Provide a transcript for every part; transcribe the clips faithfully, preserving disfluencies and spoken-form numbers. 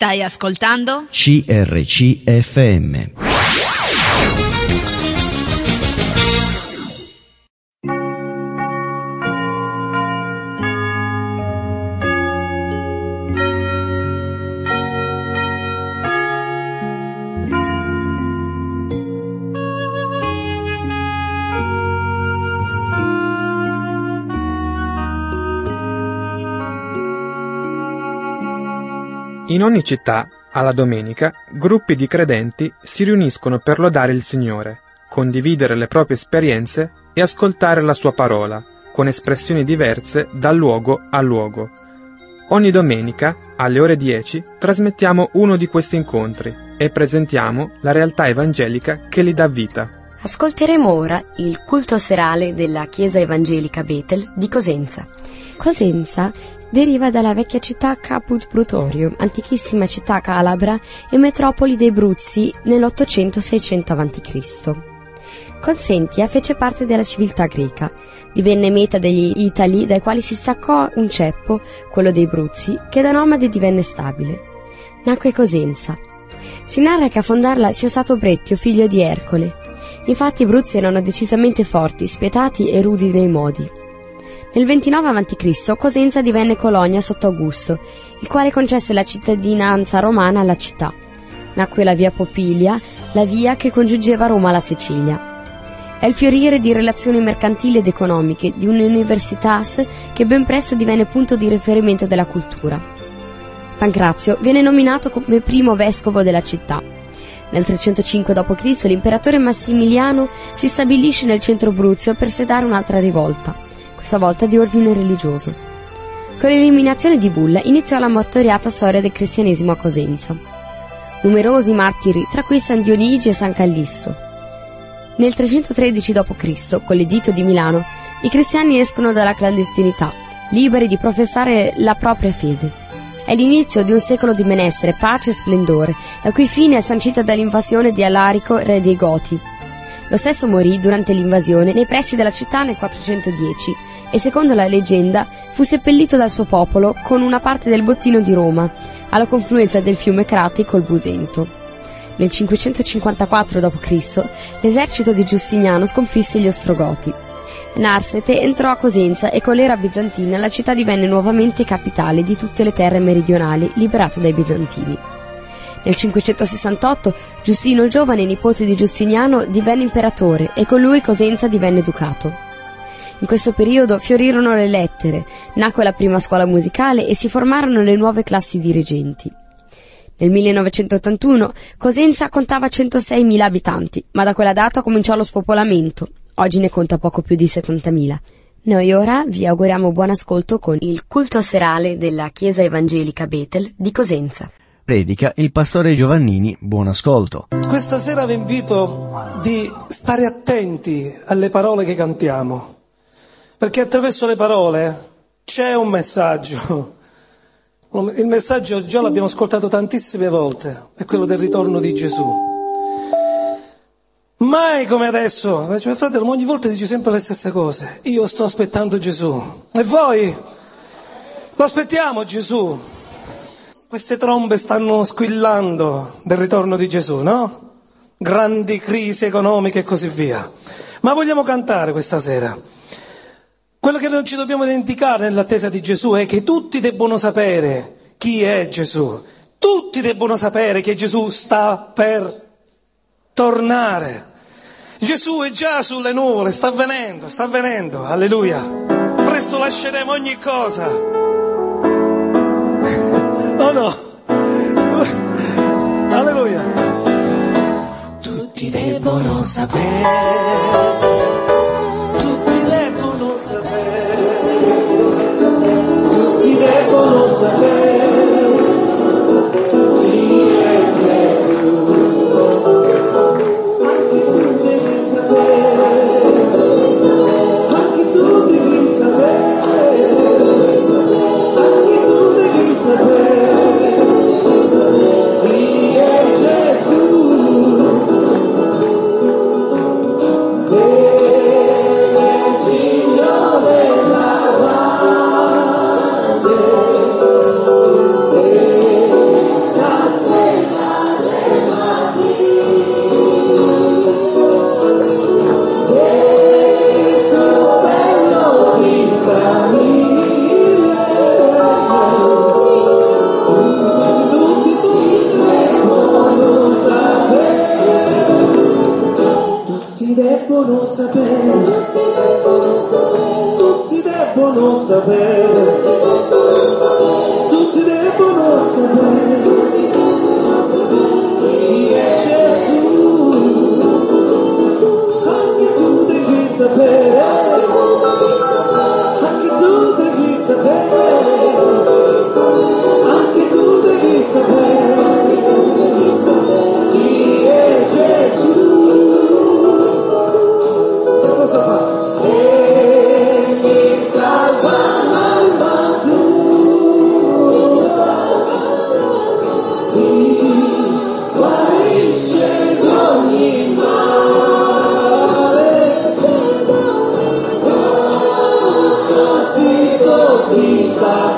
Stai ascoltando C R C F M. In ogni città, alla domenica, gruppi di credenti si riuniscono per lodare il Signore, condividere le proprie esperienze e ascoltare la sua parola, con espressioni diverse da luogo a luogo. Ogni domenica, alle ore dieci, trasmettiamo uno di questi incontri e presentiamo la realtà evangelica che li dà vita. Ascolteremo ora il culto serale della Chiesa Evangelica Betel di Cosenza. Cosenza deriva dalla vecchia città Caput Brutorio, antichissima città calabra e metropoli dei Bruzzi nell'ottocento seicento avanti Cristo. Consentia fece parte della civiltà greca, divenne meta degli Itali dai quali si staccò un ceppo, quello dei Bruzzi, che da nomade divenne stabile. Nacque Cosenza. Si narra che a fondarla sia stato Brecchio, figlio di Ercole. Infatti i Bruzzi erano decisamente forti, spietati e rudi nei modi. Nel ventinove avanti Cristo Cosenza divenne colonia sotto Augusto, il quale concesse la cittadinanza romana alla città. Nacque la via Popilia, la via che congiungeva Roma alla Sicilia. È il fiorire di relazioni mercantili ed economiche di un'universitas che ben presto divenne punto di riferimento della cultura. Pancrazio viene nominato come primo vescovo della città. Nel trecentocinque dopo Cristo l'imperatore Massimiliano si stabilisce nel centro Bruzio per sedare un'altra rivolta, questa volta di ordine religioso. Con l'eliminazione di Bulla iniziò la martoriata storia del cristianesimo a Cosenza. Numerosi martiri, tra cui San Dionigi e San Callisto. Nel trecentotredici dopo Cristo, con l'editto di Milano, i cristiani escono dalla clandestinità, liberi di professare la propria fede. È l'inizio di un secolo di benessere, pace e splendore, la cui fine è sancita dall'invasione di Alarico, re dei Goti. Lo stesso morì durante l'invasione nei pressi della città nel quattrocentodieci e, secondo la leggenda, fu seppellito dal suo popolo con una parte del bottino di Roma, alla confluenza del fiume Crati col Busento. Nel cinquecentocinquantaquattro dopo Cristo l'esercito di Giustiniano sconfisse gli Ostrogoti. Narsete entrò a Cosenza e con l'era bizantina la città divenne nuovamente capitale di tutte le terre meridionali liberate dai bizantini. Nel cinquecentosessantotto Giustino il Giovane, nipote di Giustiniano, divenne imperatore e con lui Cosenza divenne ducato. In questo periodo fiorirono le lettere, nacque la prima scuola musicale e si formarono le nuove classi dirigenti. Nel millenovecentottantuno Cosenza contava centoseimila abitanti, ma da quella data cominciò lo spopolamento. Oggi ne conta poco più di settantamila. Noi ora vi auguriamo buon ascolto con il culto serale della Chiesa Evangelica Betel di Cosenza. Predica il pastore Giovannini, buon ascolto. Questa sera vi invito di stare attenti alle parole che cantiamo, perché attraverso le parole c'è un messaggio. Il messaggio già l'abbiamo ascoltato tantissime volte, è quello del ritorno di Gesù. Mai come adesso, mio fratello, ogni volta dice sempre le stesse cose. Io sto aspettando Gesù. E voi? Lo aspettiamo Gesù. Queste trombe stanno squillando del ritorno di Gesù, no? Grandi crisi economiche e così via. Ma vogliamo cantare questa sera. Quello che non ci dobbiamo dimenticare nell'attesa di Gesù è che tutti debbono sapere chi è Gesù. Tutti debbono sapere che Gesù sta per tornare. Gesù è già sulle nuvole, sta venendo, sta venendo, alleluia. Presto lasceremo ogni cosa. Oh no, alleluia. Tutti debbono sapere, tutti debbono sapere, tutti debbono sapere chi è Gesù. Anche tu devi sapere, anche tu devi sapere, anche tu devi sapere. sapere, tutti debbono sapere chi è Gesù, anche tu devi sapere, anche tu devi sapere, anche tu devi sapere chi è Gesù. Cosa fa? E mi salva l'alma tua, mi guarisce d'ogni male, sostituto di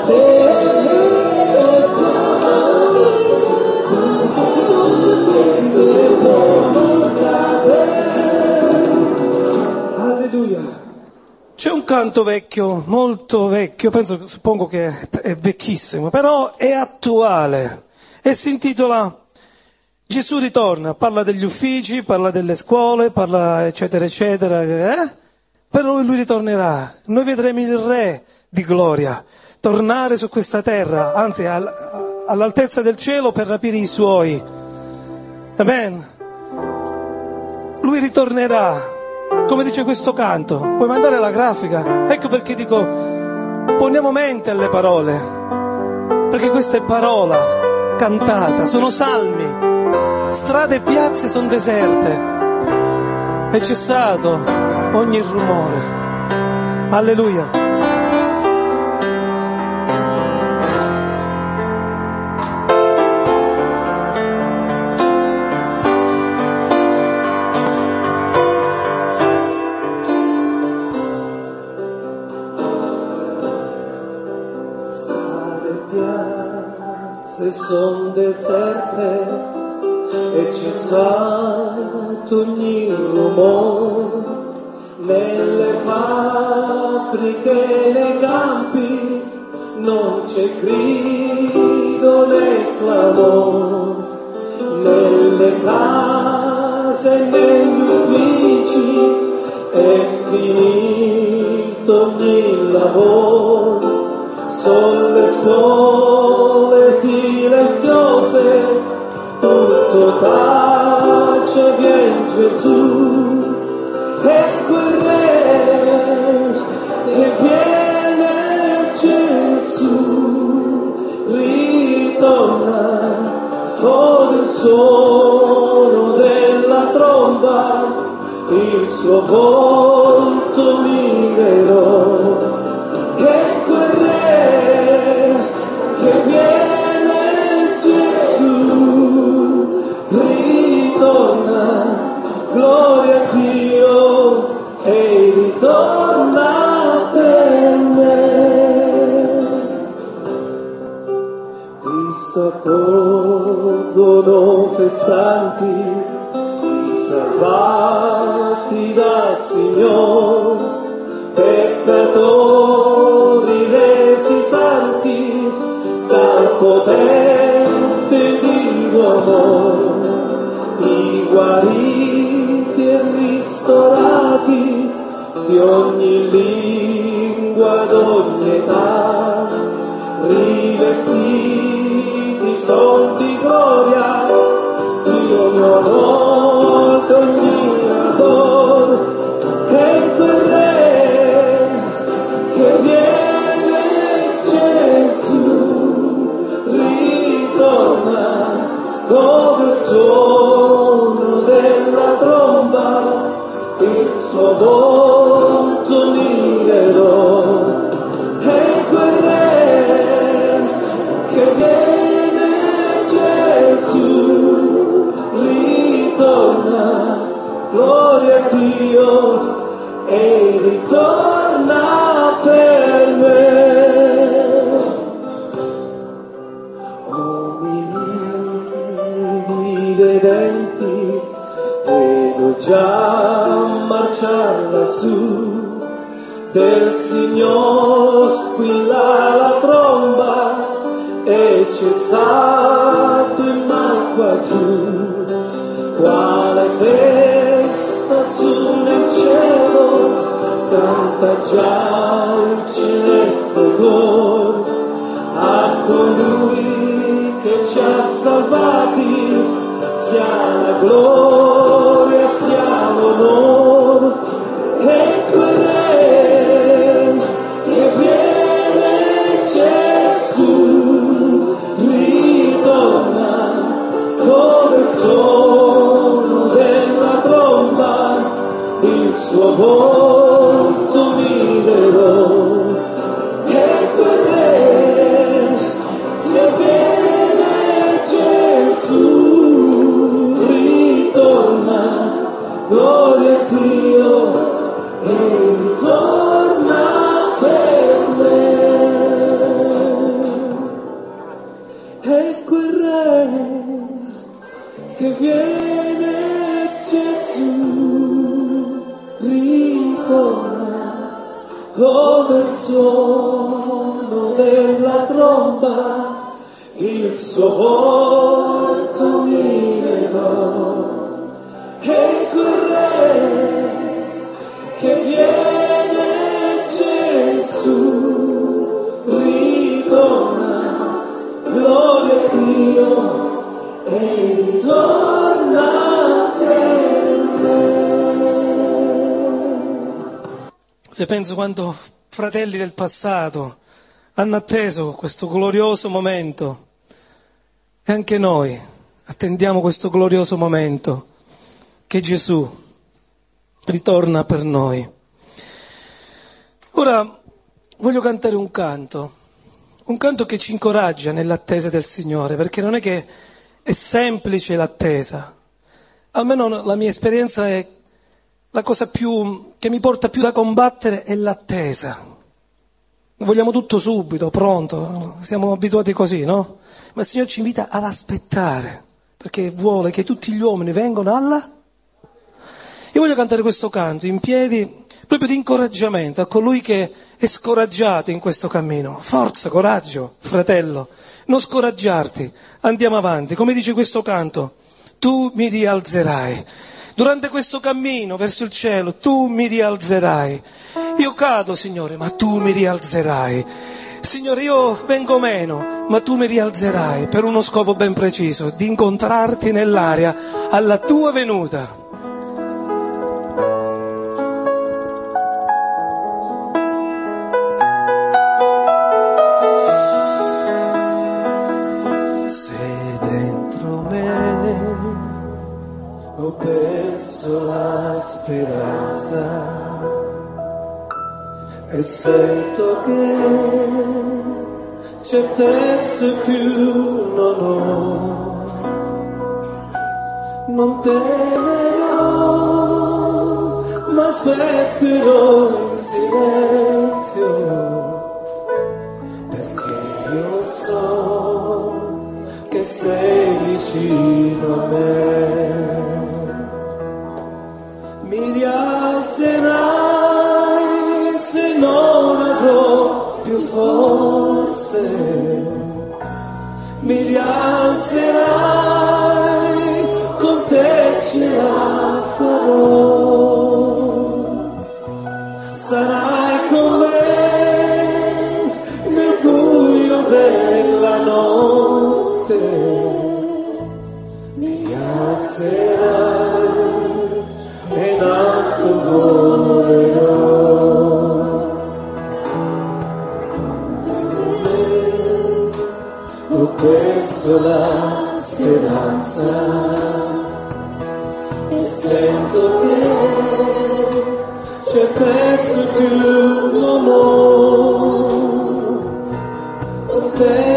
Alleluia. C'è un canto vecchio, molto vecchio, penso, suppongo che è vecchissimo, però è attuale e si intitola Gesù ritorna, parla degli uffici, parla delle scuole, parla eccetera eccetera, eh? Però lui ritornerà, noi vedremo il Re di gloria tornare su questa terra, anzi all'altezza del cielo per rapire i suoi. Amen. Lui ritornerà. Come dice questo canto, puoi mandare la grafica? Ecco perché dico, poniamo mente alle parole, perché questa è parola cantata, sono salmi, strade e piazze sono deserte, è cessato ogni rumore. Alleluia. Son deserte e cessato ogni rumore, nelle fabbriche, nei campi non c'è grido né clamore, nelle case, negli uffici è finito ogni lavoro, sono le scuole silenziose, tutto tace, vien Gesù, ecco il Re che viene Gesù, ritorna con il suono della tromba, il suo volto mirerò. Ecco il Re che viene Gesù, ritorna, gloria a Dio, e ritorna per me. Cristo accolgono festanti, salvati dal Signore, peccatori resi santi dal potente Dio amore, i guariti e ristorati di ogni lingua, d'ogni età, rivestiti son di gloria, di ogni onore, di ogni ardore. Ecco il Re che viene Gesù, ritorna con il suono della tromba, il suo volto mirerò. Ecco il Re che viene Gesù, ritorna, gloria a Dio, e ritorna per me. Uomini dei denti, vedo già marciar lassù, del Signor squilla la tromba, e cessato il mal qua giù, quale festa su nel cielo, canta canta già il celeste cor a colui che ci ha salvati, sia la gloria, sia l'onore, e quel re che viene Gesù ritorna con il suono della tromba, il suo volto mirerò, e quel re che viene Gesù ritorna, gloria a Dio, e ritorna per me. E quel re che viene Gesù ritorna come il suono della tromba, il suo volto mirerò, e quel re che viene Gesù ritorna, gloria a Dio, e ritorna per me. Se penso quanto fratelli del passato hanno atteso questo glorioso momento, e anche noi attendiamo questo glorioso momento che Gesù ritorna per noi. Ora voglio cantare un canto, un canto che ci incoraggia nell'attesa del Signore, perché non è che è semplice l'attesa. Almeno la mia esperienza è la cosa più che mi porta più da combattere è l'attesa. Vogliamo tutto subito, pronto, siamo abituati così, no? Ma il Signore ci invita ad aspettare, perché vuole che tutti gli uomini vengano alla... Io voglio cantare questo canto in piedi, proprio di incoraggiamento a colui che è scoraggiato in questo cammino. Forza, coraggio, fratello, non scoraggiarti, andiamo avanti. Come dice questo canto, tu mi rialzerai. Durante questo cammino verso il cielo, tu mi rialzerai. Io cado, Signore, ma tu mi rialzerai. Signore, io vengo meno, ma tu mi rialzerai per uno scopo ben preciso, di incontrarti nell'aria alla tua venuta. Se dentro me ho perso la speranza e sento che certezze più non ho, non temerò, ma aspetterò in silenzio, perché io so che sei vicino a me. Mi rialzerai se non avrò più forze, mi rialzerai, con te ce la farò. Sarai con me nel buio della notte, mi rialzerai e in alto volerò. Ho perso la speranza e sento che certezze più non ho, non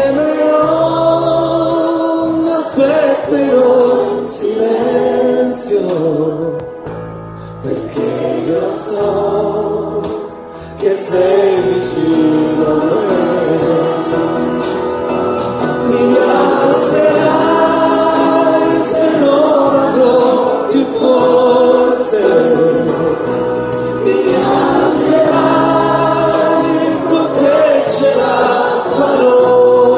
temerò, ma aspetterò in silenzio, perché io so che sei vicino a me. Mi alzerai se non avrò più forze, mi alzerai, con te ce la farò.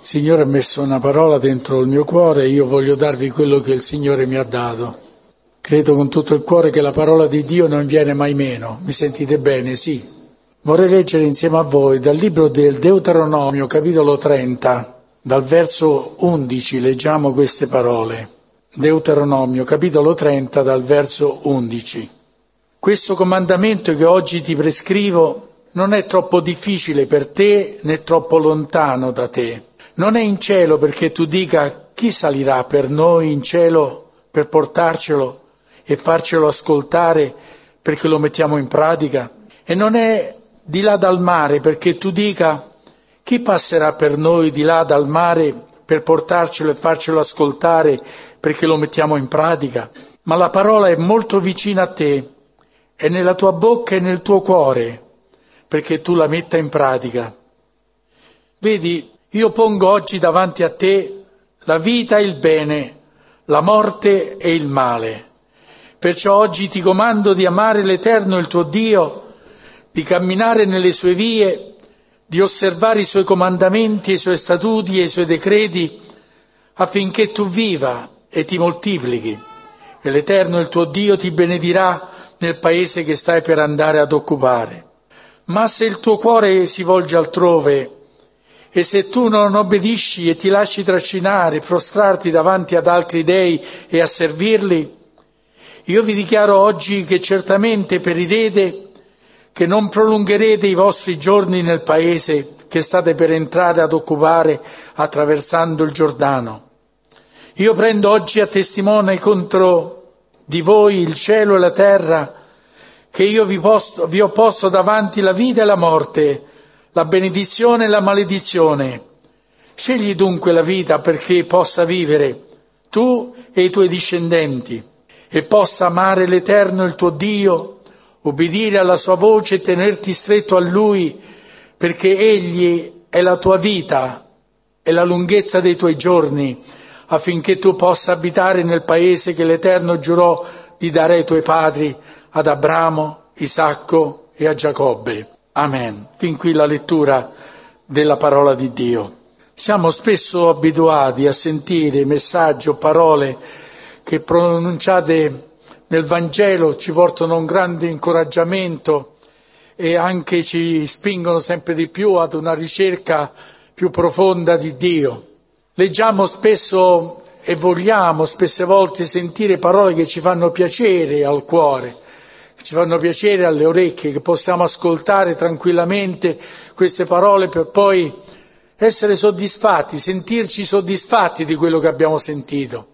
Il Signore ha messo una parola dentro il mio cuore e io voglio darvi quello che il Signore mi ha dato. Credo con tutto il cuore che la parola di Dio non viene mai meno. Mi sentite bene? Sì. Vorrei leggere insieme a voi dal libro del Deuteronomio, capitolo trenta, dal verso undici, leggiamo queste parole. Deuteronomio, capitolo trenta, dal verso undici. Questo comandamento che oggi ti prescrivo non è troppo difficile per te né troppo lontano da te. Non è in cielo perché tu dica chi salirà per noi in cielo per portarcelo e farcelo ascoltare perché lo mettiamo in pratica. E non è di là dal mare perché tu dica chi passerà per noi di là dal mare per portarcelo e farcelo ascoltare perché lo mettiamo in pratica. Ma la parola è molto vicina a te, è nella tua bocca e nel tuo cuore perché tu la metta in pratica. Vedi, io pongo oggi davanti a te la vita e il bene, la morte e il male. Perciò oggi ti comando di amare l'Eterno il tuo Dio, di camminare nelle sue vie, di osservare i suoi comandamenti, i suoi statuti e i suoi decreti, affinché tu viva e ti moltiplichi. E l'Eterno il tuo Dio ti benedirà nel paese che stai per andare ad occupare. Ma se il tuo cuore si volge altrove, e se tu non obbedisci e ti lasci trascinare, prostrarti davanti ad altri dei e a servirli, io vi dichiaro oggi che certamente perirete, che non prolungherete i vostri giorni nel paese che state per entrare ad occupare attraversando il Giordano. Io prendo oggi a testimone contro di voi il cielo e la terra, che io vi, posto, vi ho posto davanti la vita e la morte, la benedizione e la maledizione. Scegli dunque la vita perché possa vivere, tu e i tuoi discendenti, e possa amare l'Eterno il tuo Dio, obbedire alla sua voce e tenerti stretto a Lui, perché Egli è la tua vita e la lunghezza dei tuoi giorni, affinché tu possa abitare nel paese che l'Eterno giurò di dare ai tuoi padri, ad Abramo, Isacco e a Giacobbe. Amen. Fin qui la lettura della parola di Dio. Siamo spesso abituati a sentire messaggi o parole che pronunciate nel Vangelo ci portano un grande incoraggiamento e anche ci spingono sempre di più ad una ricerca più profonda di Dio. Leggiamo spesso e vogliamo spesse volte sentire parole che ci fanno piacere al cuore, ci fanno piacere alle orecchie, che possiamo ascoltare tranquillamente queste parole per poi essere soddisfatti, sentirci soddisfatti di quello che abbiamo sentito.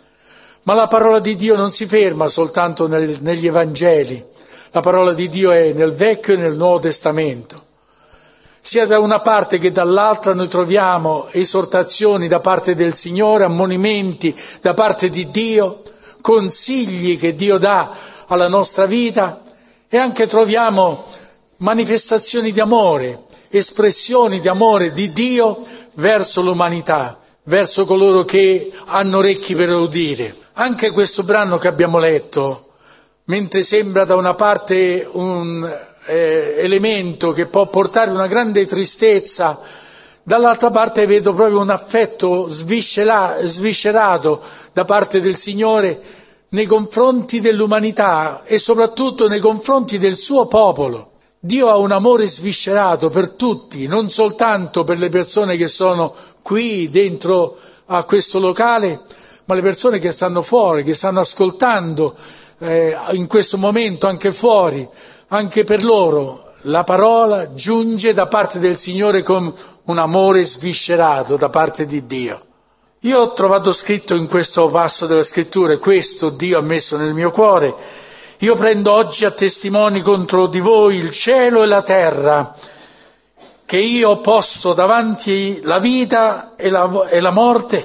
Ma la parola di Dio non si ferma soltanto nel, negli Evangeli, la parola di Dio è nel Vecchio e nel Nuovo Testamento. Sia da una parte che dall'altra noi troviamo esortazioni da parte del Signore, ammonimenti da parte di Dio, consigli che Dio dà alla nostra vita e anche troviamo manifestazioni di amore, espressioni di amore di Dio verso l'umanità, verso coloro che hanno orecchi per udire. Anche questo brano che abbiamo letto, mentre sembra da una parte un eh, elemento che può portare una grande tristezza, dall'altra parte vedo proprio un affetto sviscera- sviscerato da parte del Signore nei confronti dell'umanità e soprattutto nei confronti del suo popolo. Dio ha un amore sviscerato per tutti, non soltanto per le persone che sono qui dentro a questo locale, ma le persone che stanno fuori, che stanno ascoltando eh, in questo momento anche fuori. Anche per loro la parola giunge da parte del Signore con un amore sviscerato da parte di Dio. Io ho trovato scritto in questo passo della scrittura, questo Dio ha messo nel mio cuore, io prendo oggi a testimoni contro di voi il cielo e la terra, che io ho posto davanti la vita e la, e la morte,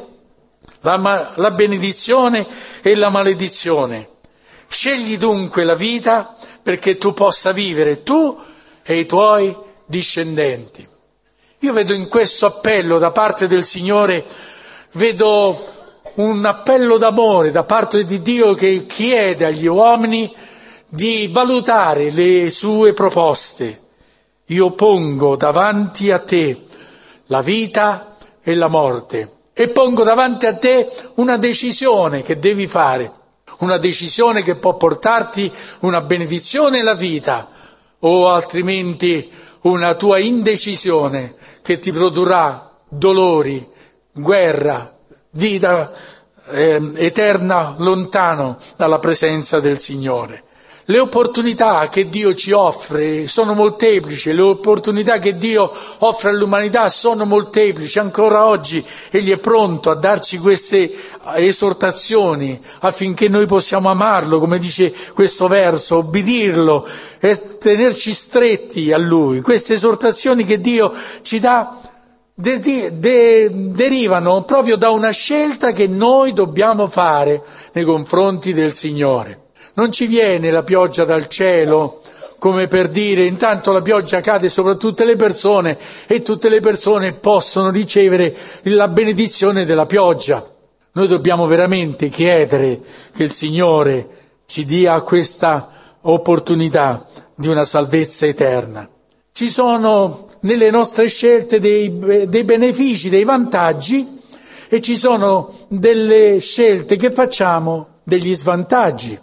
la, la benedizione e la maledizione. Scegli dunque la vita perché tu possa vivere, tu e i tuoi discendenti. Io vedo in questo appello da parte del Signore, vedo un appello d'amore da parte di Dio che chiede agli uomini di valutare le sue proposte. Io pongo davanti a te la vita e la morte. E pongo davanti a te una decisione che devi fare, una decisione che può portarti una benedizione e la vita, o altrimenti una tua indecisione che ti produrrà dolori, guerra, vita eh, eterna lontano dalla presenza del Signore. Le opportunità che Dio ci offre sono molteplici, le opportunità che Dio offre all'umanità sono molteplici. Ancora oggi Egli è pronto a darci queste esortazioni affinché noi possiamo amarlo, come dice questo verso, obbedirlo e tenerci stretti a Lui. Queste esortazioni che Dio ci dà de- de- derivano proprio da una scelta che noi dobbiamo fare nei confronti del Signore. Non ci viene la pioggia dal cielo come per dire intanto la pioggia cade sopra tutte le persone e tutte le persone possono ricevere la benedizione della pioggia. Noi dobbiamo veramente chiedere che il Signore ci dia questa opportunità di una salvezza eterna. Ci sono nelle nostre scelte dei, dei benefici, dei vantaggi e ci sono delle scelte che facciamo degli svantaggi.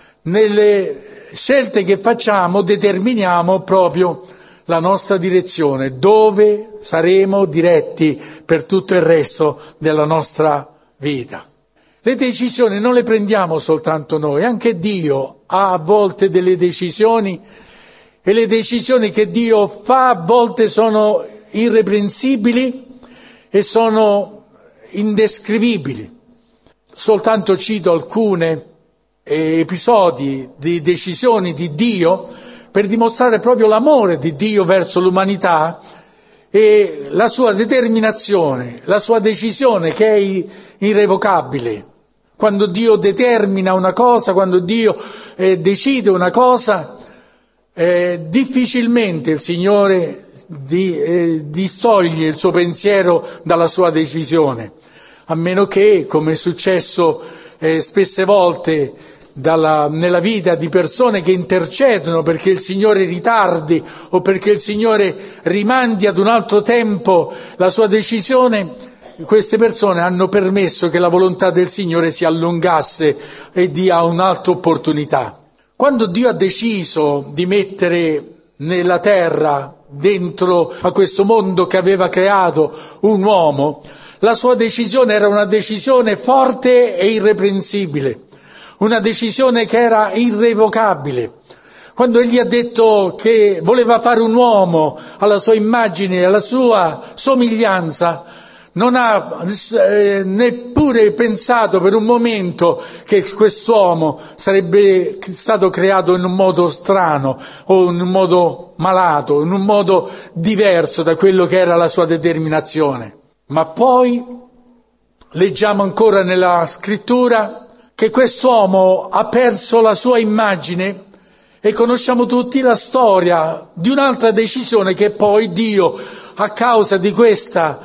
Nelle scelte che facciamo determiniamo proprio la nostra direzione, dove saremo diretti per tutto il resto della nostra vita. Le decisioni non le prendiamo soltanto noi, anche Dio ha a volte delle decisioni e le decisioni che Dio fa a volte sono irreprensibili e sono indescrivibili. Soltanto cito alcune episodi di decisioni di Dio per dimostrare proprio l'amore di Dio verso l'umanità e la sua determinazione, la sua decisione che è irrevocabile. Quando Dio determina una cosa, quando Dio eh, decide una cosa, eh, difficilmente il Signore di, eh, distoglie il suo pensiero dalla sua decisione, a meno che, come è successo eh, spesse volte, Dalla, nella vita di persone che intercedono perché il Signore ritardi o perché il Signore rimandi ad un altro tempo la sua decisione, queste persone hanno permesso che la volontà del Signore si allungasse e dia un'altra opportunità. Quando Dio ha deciso di mettere nella terra, dentro a questo mondo che aveva creato, un uomo, la sua decisione era una decisione forte e irreprensibile. Una decisione che era irrevocabile. Quando egli ha detto che voleva fare un uomo alla sua immagine, alla sua somiglianza, non ha eh, neppure pensato per un momento che quest'uomo sarebbe stato creato in un modo strano o in un modo malato, in un modo diverso da quello che era la sua determinazione. Ma poi leggiamo ancora nella scrittura che quest'uomo ha perso la sua immagine e conosciamo tutti la storia di un'altra decisione che poi Dio, a causa di questa,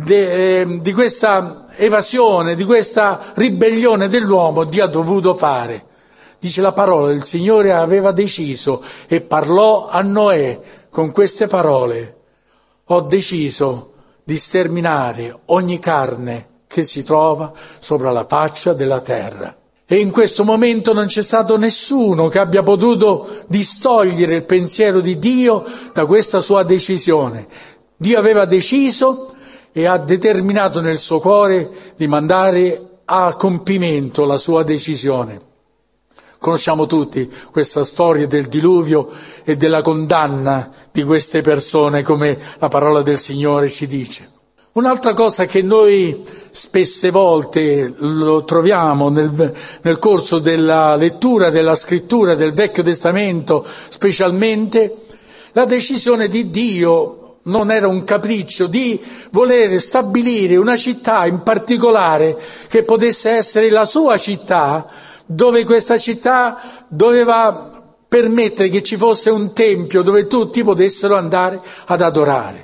de, eh, di questa evasione, di questa ribellione dell'uomo, Dio ha dovuto fare. Dice la parola, il Signore aveva deciso e parlò a Noè con queste parole: ho deciso di sterminare ogni carne che si trova sopra la faccia della terra. E in questo momento non c'è stato nessuno che abbia potuto distogliere il pensiero di Dio da questa sua decisione. Dio aveva deciso e ha determinato nel suo cuore di mandare a compimento la sua decisione. Conosciamo tutti questa storia del diluvio e della condanna di queste persone, come la parola del Signore ci dice. Un'altra cosa che noi spesse volte lo troviamo nel, nel corso della lettura della scrittura del Vecchio Testamento, specialmente, la decisione di Dio non era un capriccio di voler stabilire una città in particolare che potesse essere la sua città, dove questa città doveva permettere che ci fosse un tempio dove tutti potessero andare ad adorare.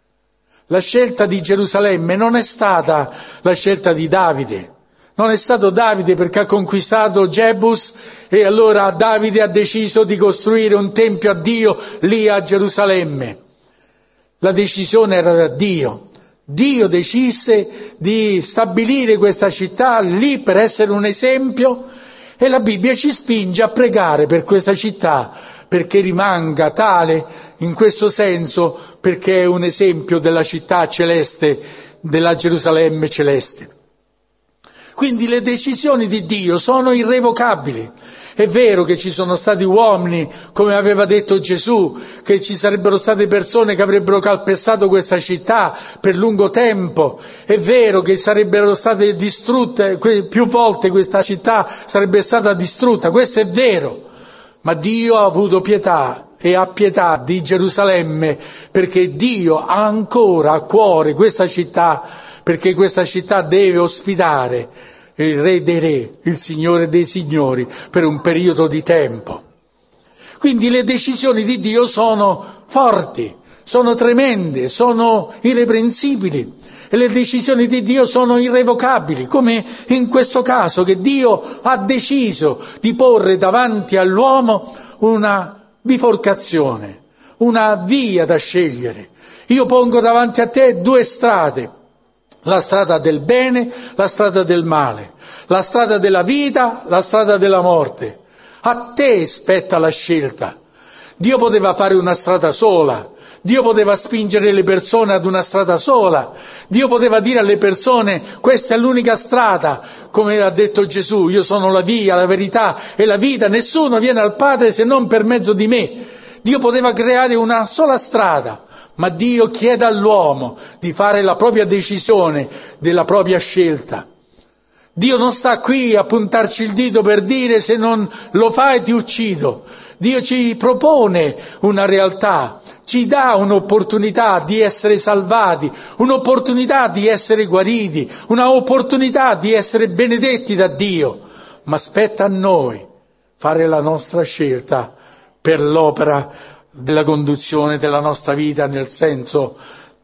La scelta di Gerusalemme non è stata la scelta di Davide, non è stato Davide perché ha conquistato Jebus e allora Davide ha deciso di costruire un tempio a Dio lì a Gerusalemme. La decisione era da Dio. Dio decise di stabilire questa città lì per essere un esempio, e la Bibbia ci spinge a pregare per questa città, perché rimanga tale in questo senso, perché è un esempio della città celeste, della Gerusalemme celeste. Quindi le decisioni di Dio sono irrevocabili. È vero che ci sono stati uomini, come aveva detto Gesù, che ci sarebbero state persone che avrebbero calpestato questa città per lungo tempo. È vero che sarebbero state distrutte, più volte questa città sarebbe stata distrutta, questo è vero. Ma Dio ha avuto pietà e ha pietà di Gerusalemme, perché Dio ha ancora a cuore questa città, perché questa città deve ospitare il Re dei Re, il Signore dei Signori, per un periodo di tempo. Quindi le decisioni di Dio sono forti, sono tremende, sono irreprensibili, e le decisioni di Dio sono irrevocabili, come in questo caso, che Dio ha deciso di porre davanti all'uomo una biforcazione, una via da scegliere. Io pongo davanti a te due strade: la strada del bene, la strada del male, la strada della vita, la strada della morte. A te spetta la scelta. Dio poteva fare una strada sola, Dio poteva spingere le persone ad una strada sola, Dio poteva dire alle persone: questa è l'unica strada, come ha detto Gesù, io sono la via, la verità e la vita, nessuno viene al Padre se non per mezzo di me. Dio poteva creare una sola strada. Ma Dio chiede all'uomo di fare la propria decisione, della propria scelta. Dio non sta qui a puntarci il dito per dire: se non lo fai ti uccido. Dio ci propone una realtà, ci dà un'opportunità di essere salvati, un'opportunità di essere guariti, un'opportunità di essere benedetti da Dio. Ma spetta a noi fare la nostra scelta per l'opera della conduzione della nostra vita nel senso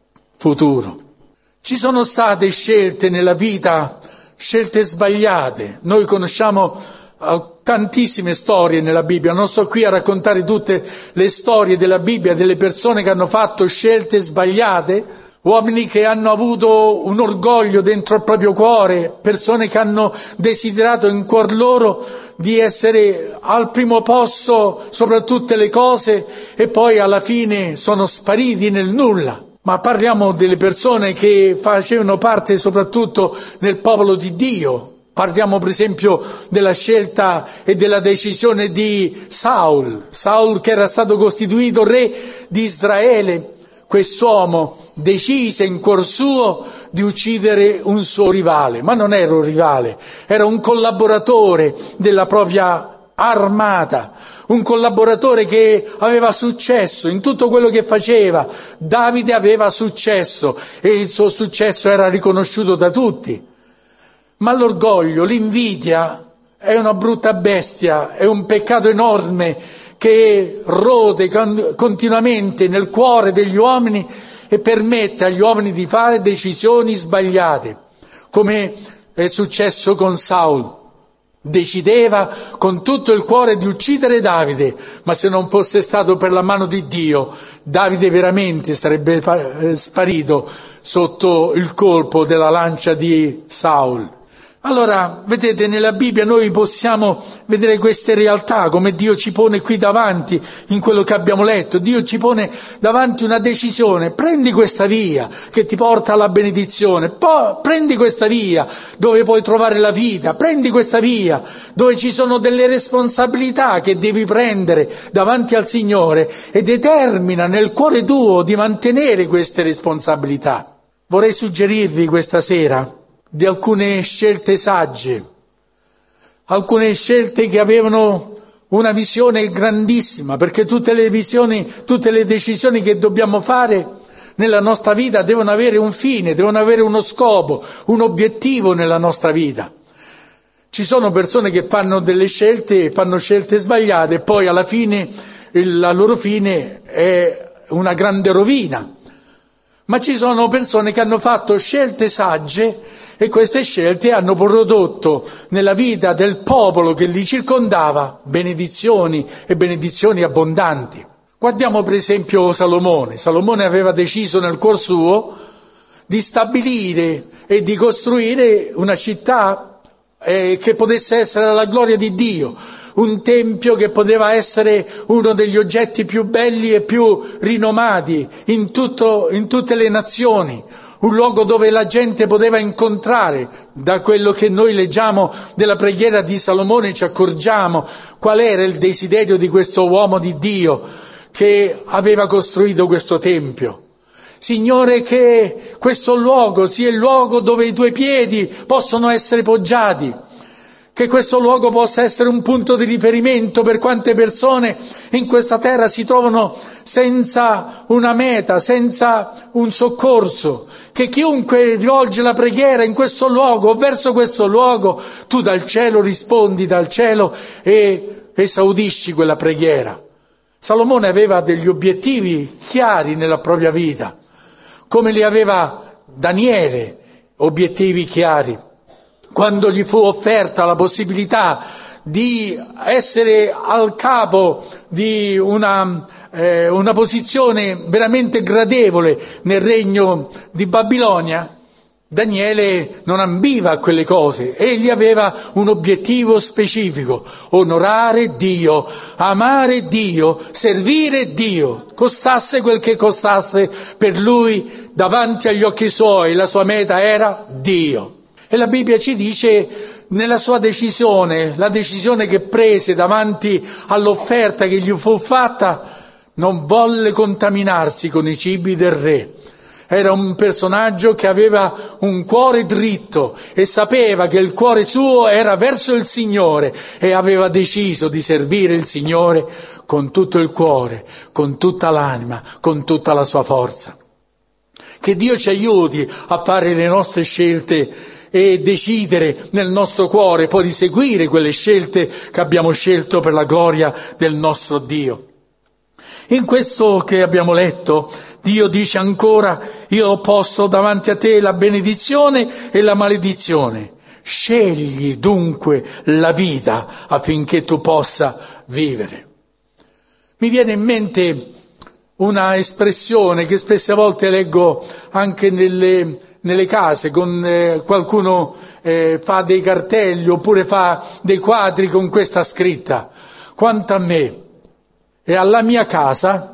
futuro. Ci sono state scelte nella vita, scelte sbagliate. Noi conosciamo tantissime storie nella Bibbia, non sto qui a raccontare tutte le storie della Bibbia delle persone che hanno fatto scelte sbagliate, uomini che hanno avuto un orgoglio dentro il proprio cuore, persone che hanno desiderato in cuor loro di essere al primo posto sopra tutte le cose, e poi alla fine sono spariti nel nulla. Ma parliamo delle persone che facevano parte soprattutto del popolo di Dio. Parliamo per esempio della scelta e della decisione di Saul, Saul che era stato costituito re di Israele. Quest'uomo decise in cuor suo di uccidere un suo rivale, ma non era un rivale, era un collaboratore della propria armata, un collaboratore che aveva successo in tutto quello che faceva. Davide aveva successo e il suo successo era riconosciuto da tutti. Ma l'orgoglio, l'invidia è una brutta bestia, è un peccato enorme che rode continuamente nel cuore degli uomini e permette agli uomini di fare decisioni sbagliate, come è successo con Saul. Decideva con tutto il cuore di uccidere Davide, ma se non fosse stato per la mano di Dio, Davide veramente sarebbe sparito sotto il colpo della lancia di Saul. Allora, vedete, nella Bibbia noi possiamo vedere queste realtà, come Dio ci pone qui davanti, in quello che abbiamo letto. Dio ci pone davanti una decisione: prendi questa via che ti porta alla benedizione, poi prendi questa via dove puoi trovare la vita, prendi questa via dove ci sono delle responsabilità che devi prendere davanti al Signore, e determina nel cuore tuo di mantenere queste responsabilità. Vorrei suggerirvi questa sera di alcune scelte sagge, alcune scelte che avevano una visione grandissima, perché tutte le visioni, tutte le decisioni che dobbiamo fare nella nostra vita devono avere un fine, devono avere uno scopo, un obiettivo nella nostra vita. Ci sono persone che fanno delle scelte, fanno scelte sbagliate, e poi alla fine la loro fine è una grande rovina. Ma ci sono persone che hanno fatto scelte sagge, e queste scelte hanno prodotto nella vita del popolo che li circondava benedizioni e benedizioni abbondanti. Guardiamo per esempio Salomone. Salomone aveva deciso nel cuor suo di stabilire e di costruire una città eh, che potesse essere alla gloria di Dio, un tempio che poteva essere uno degli oggetti più belli e più rinomati in, tutto, in tutte le nazioni, un luogo dove la gente poteva incontrare. Da quello che noi leggiamo della preghiera di Salomone ci accorgiamo qual era il desiderio di questo uomo di Dio che aveva costruito questo tempio. Signore, che questo luogo sia il luogo dove i tuoi piedi possono essere poggiati, che questo luogo possa essere un punto di riferimento per quante persone in questa terra si trovano senza una meta, senza un soccorso, che chiunque rivolge la preghiera in questo luogo o verso questo luogo, tu dal cielo rispondi dal cielo e esaudisci quella preghiera. Salomone aveva degli obiettivi chiari nella propria vita, come li aveva Daniele, obiettivi chiari. Quando gli fu offerta la possibilità di essere al capo di una, eh, una posizione veramente gradevole nel regno di Babilonia, Daniele non ambiva a quelle cose, egli aveva un obiettivo specifico: onorare Dio, amare Dio, servire Dio, costasse quel che costasse. Per lui, davanti agli occhi suoi, la sua meta era Dio. E la Bibbia ci dice, nella sua decisione, la decisione che prese davanti all'offerta che gli fu fatta, non volle contaminarsi con i cibi del re. Era un personaggio che aveva un cuore dritto e sapeva che il cuore suo era verso il Signore e aveva deciso di servire il Signore con tutto il cuore, con tutta l'anima, con tutta la sua forza. Che Dio ci aiuti a fare le nostre scelte e decidere nel nostro cuore poi di seguire quelle scelte che abbiamo scelto per la gloria del nostro Dio. In questo che abbiamo letto, Dio dice ancora: io ho posto davanti a te la benedizione e la maledizione. Scegli dunque la vita affinché tu possa vivere. Mi viene in mente una espressione che spesse volte leggo anche nelle, nelle case, con eh, qualcuno eh, fa dei cartelli oppure fa dei quadri con questa scritta: quanto a me e alla mia casa,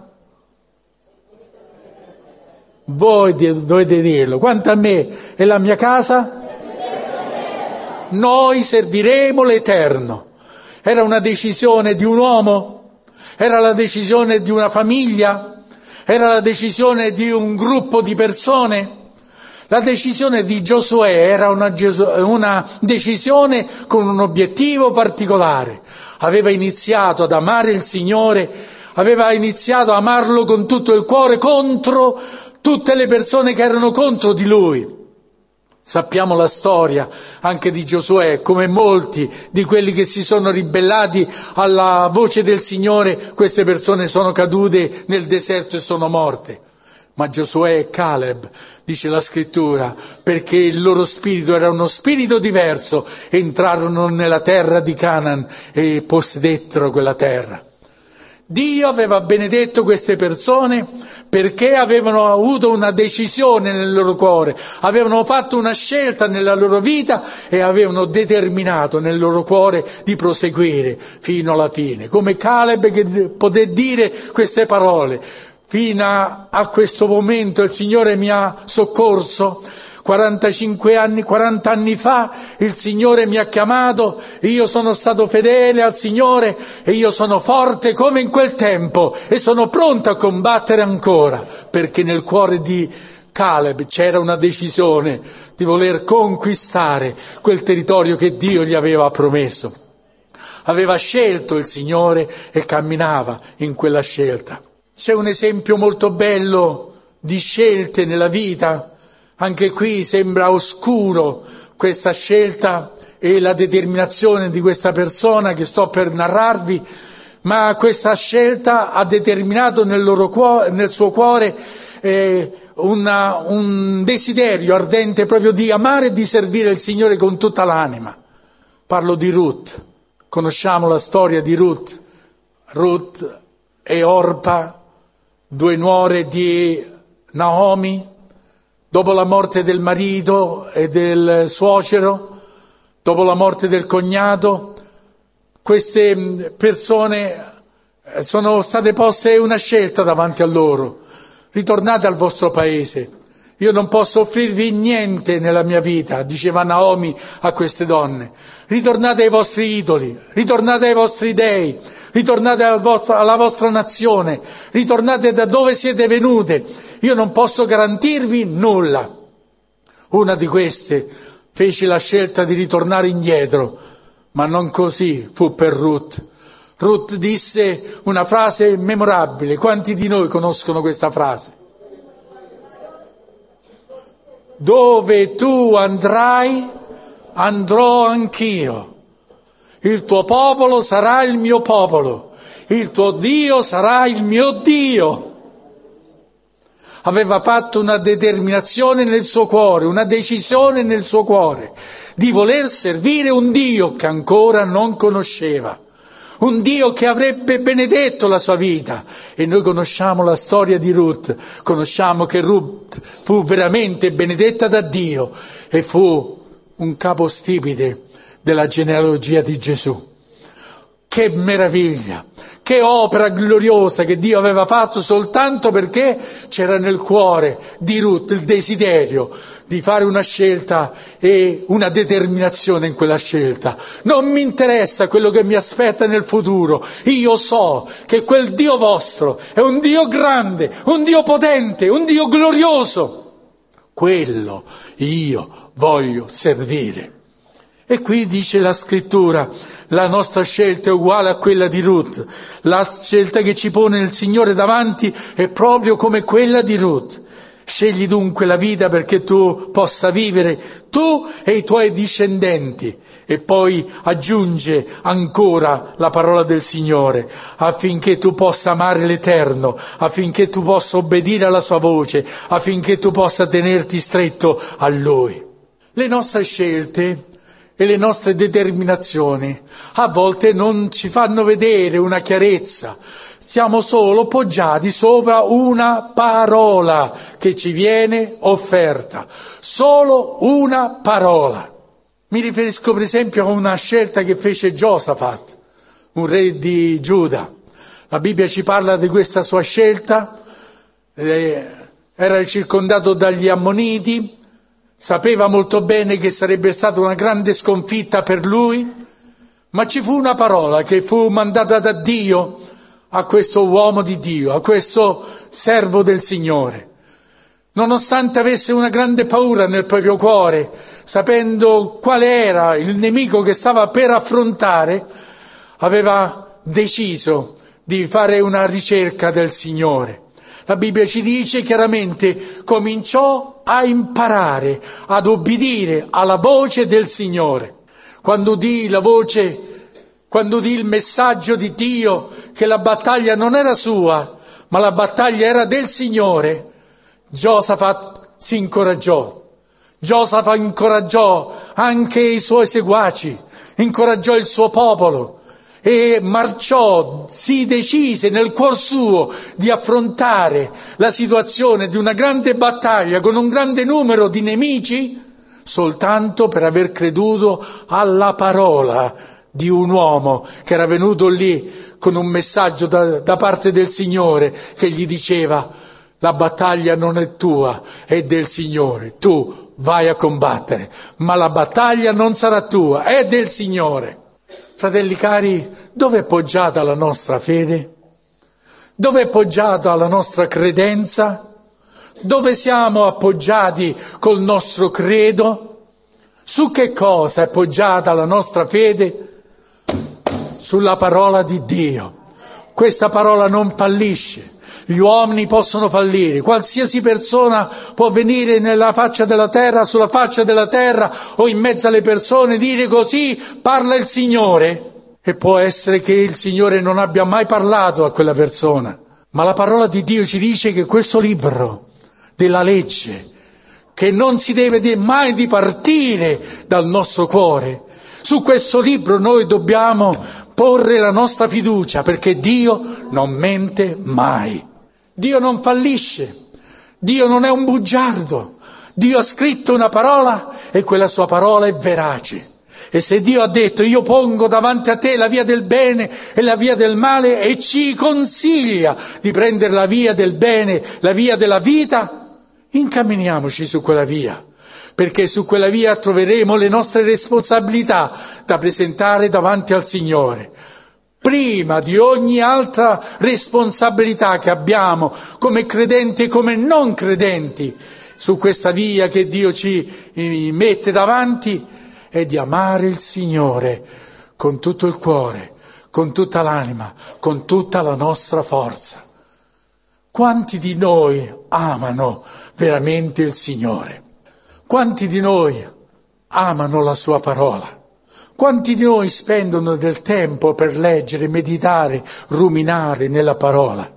voi dovete dirlo, quanto a me e la mia casa, noi serviremo l'Eterno. Era una decisione di un uomo? Era la decisione di una famiglia? Era la decisione di un gruppo di persone? La decisione di Giosuè era una, una decisione con un obiettivo particolare. Aveva iniziato ad amare il Signore, aveva iniziato a amarlo con tutto il cuore contro tutte le persone che erano contro di lui. Sappiamo la storia anche di Giosuè, come molti di quelli che si sono ribellati alla voce del Signore, queste persone sono cadute nel deserto e sono morte. Ma Giosuè e Caleb, dice la scrittura, perché il loro spirito era uno spirito diverso, entrarono nella terra di Canaan e possedettero quella terra. Dio aveva benedetto queste persone perché avevano avuto una decisione nel loro cuore, avevano fatto una scelta nella loro vita e avevano determinato nel loro cuore di proseguire fino alla fine. Come Caleb che poté dire queste parole: fino a, a questo momento il Signore mi ha soccorso. quarantacinque anni, quaranta anni fa il Signore mi ha chiamato, io sono stato fedele al Signore e io sono forte come in quel tempo e sono pronto a combattere ancora, perché nel cuore di Caleb c'era una decisione di voler conquistare quel territorio che Dio gli aveva promesso. Aveva scelto il Signore e camminava in quella scelta. C'è un esempio molto bello di scelte nella vita. Anche qui sembra oscuro questa scelta e la determinazione di questa persona che sto per narrarvi, ma questa scelta ha determinato nel, loro cuore, nel suo cuore eh, una, un desiderio ardente proprio di amare e di servire il Signore con tutta l'anima. Parlo di Ruth, conosciamo la storia di Ruth, Ruth e Orpa, due nuore di Naomi. dopo la morte del marito e del suocero, dopo la morte del cognato, queste persone sono state poste una scelta davanti a loro. Ritornate al vostro paese. Io non posso offrirvi niente nella mia vita, diceva Naomi a queste donne. Ritornate ai vostri idoli, ritornate ai vostri dei, ritornate al vostro, alla vostra nazione, ritornate da dove siete venute. Io non posso garantirvi nulla. Una di queste fece la scelta di ritornare indietro, ma non così fu per Ruth. Ruth disse una frase memorabile. Quanti di noi conoscono questa frase? Dove tu andrai, andrò anch'io. Il tuo popolo sarà il mio popolo. Il tuo Dio sarà il mio Dio. Aveva fatto una determinazione nel suo cuore, una decisione nel suo cuore di voler servire un Dio che ancora non conosceva. Un Dio che avrebbe benedetto la sua vita. E noi conosciamo la storia di Ruth, conosciamo che Ruth fu veramente benedetta da Dio e fu un capostipite della genealogia di Gesù. Che meraviglia, che opera gloriosa che Dio aveva fatto soltanto perché c'era nel cuore di Ruth il desiderio di fare una scelta e una determinazione in quella scelta. Non mi interessa quello che mi aspetta nel futuro, io so che quel Dio vostro è un Dio grande, un Dio potente, un Dio glorioso. Quello io voglio servire. E qui dice la scrittura, la nostra scelta è uguale a quella di Ruth. La scelta che ci pone il Signore davanti è proprio come quella di Ruth. Scegli dunque la vita perché tu possa vivere, tu e i tuoi discendenti. E poi aggiunge ancora la parola del Signore, affinché tu possa amare l'Eterno, affinché tu possa obbedire alla sua voce, affinché tu possa tenerti stretto a Lui. Le nostre scelte e le nostre determinazioni a volte non ci fanno vedere una chiarezza. Siamo solo poggiati sopra una parola che ci viene offerta, solo una parola. Mi riferisco per esempio a una scelta che fece Giosafat, un re di Giuda. La Bibbia ci parla di questa sua scelta, eh, era circondato dagli Ammoniti, sapeva molto bene che sarebbe stata una grande sconfitta per lui, ma ci fu una parola che fu mandata da Dio a questo uomo di Dio, a questo servo del Signore. Nonostante avesse una grande paura nel proprio cuore, sapendo qual era il nemico che stava per affrontare, aveva deciso di fare una ricerca del Signore. La Bibbia ci dice chiaramente, cominciò a imparare ad obbedire alla voce del Signore. Quando udì la voce, quando udì il messaggio di Dio che la battaglia non era sua, ma la battaglia era del Signore, Giosafat si incoraggiò. Giosafat incoraggiò anche i suoi seguaci, incoraggiò il suo popolo e marciò, si decise nel cuor suo di affrontare la situazione di una grande battaglia con un grande numero di nemici soltanto per aver creduto alla parola di un uomo che era venuto lì con un messaggio da, da parte del Signore che gli diceva: la battaglia non è tua, è del Signore, tu vai a combattere, ma la battaglia non sarà tua, è del Signore. Fratelli cari, dove è poggiata la nostra fede? Dove è poggiata la nostra credenza? Dove siamo appoggiati col nostro credo? Su che cosa è poggiata la nostra fede? Sulla parola di Dio. Questa parola non fallisce. Gli uomini possono fallire, qualsiasi persona può venire nella faccia della terra, sulla faccia della terra o in mezzo alle persone dire così parla il Signore, e può essere che il Signore non abbia mai parlato a quella persona, ma la parola di Dio ci dice che questo libro della legge, che non si deve mai dipartire dal nostro cuore, su questo libro noi dobbiamo porre la nostra fiducia, perché Dio non mente mai. Dio non fallisce, Dio non è un bugiardo, Dio ha scritto una parola e quella sua parola è verace. E se Dio ha detto io pongo davanti a te la via del bene e la via del male e ci consiglia di prendere la via del bene, la via della vita, incamminiamoci su quella via, perché su quella via troveremo le nostre responsabilità da presentare davanti al Signore. Prima di ogni altra responsabilità che abbiamo come credenti e come non credenti su questa via che Dio ci mette davanti, è di amare il Signore con tutto il cuore, con tutta l'anima, con tutta la nostra forza. Quanti di noi amano veramente il Signore? Quanti di noi amano la Sua parola? Quanti di noi spendono del tempo per leggere, meditare, ruminare nella parola?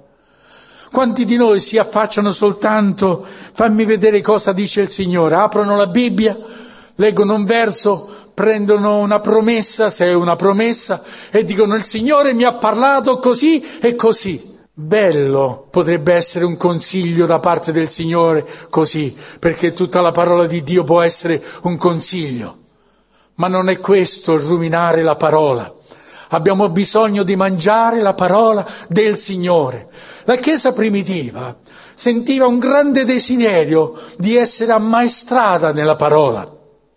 Quanti di noi si affacciano soltanto, fammi vedere cosa dice il Signore, aprono la Bibbia, leggono un verso, prendono una promessa, se è una promessa, e dicono il Signore mi ha parlato così e così. Bello potrebbe essere un consiglio da parte del Signore così, perché tutta la parola di Dio può essere un consiglio. Ma non è questo il ruminare la parola. Abbiamo bisogno di mangiare la parola del Signore. La Chiesa primitiva sentiva un grande desiderio di essere ammaestrata nella parola.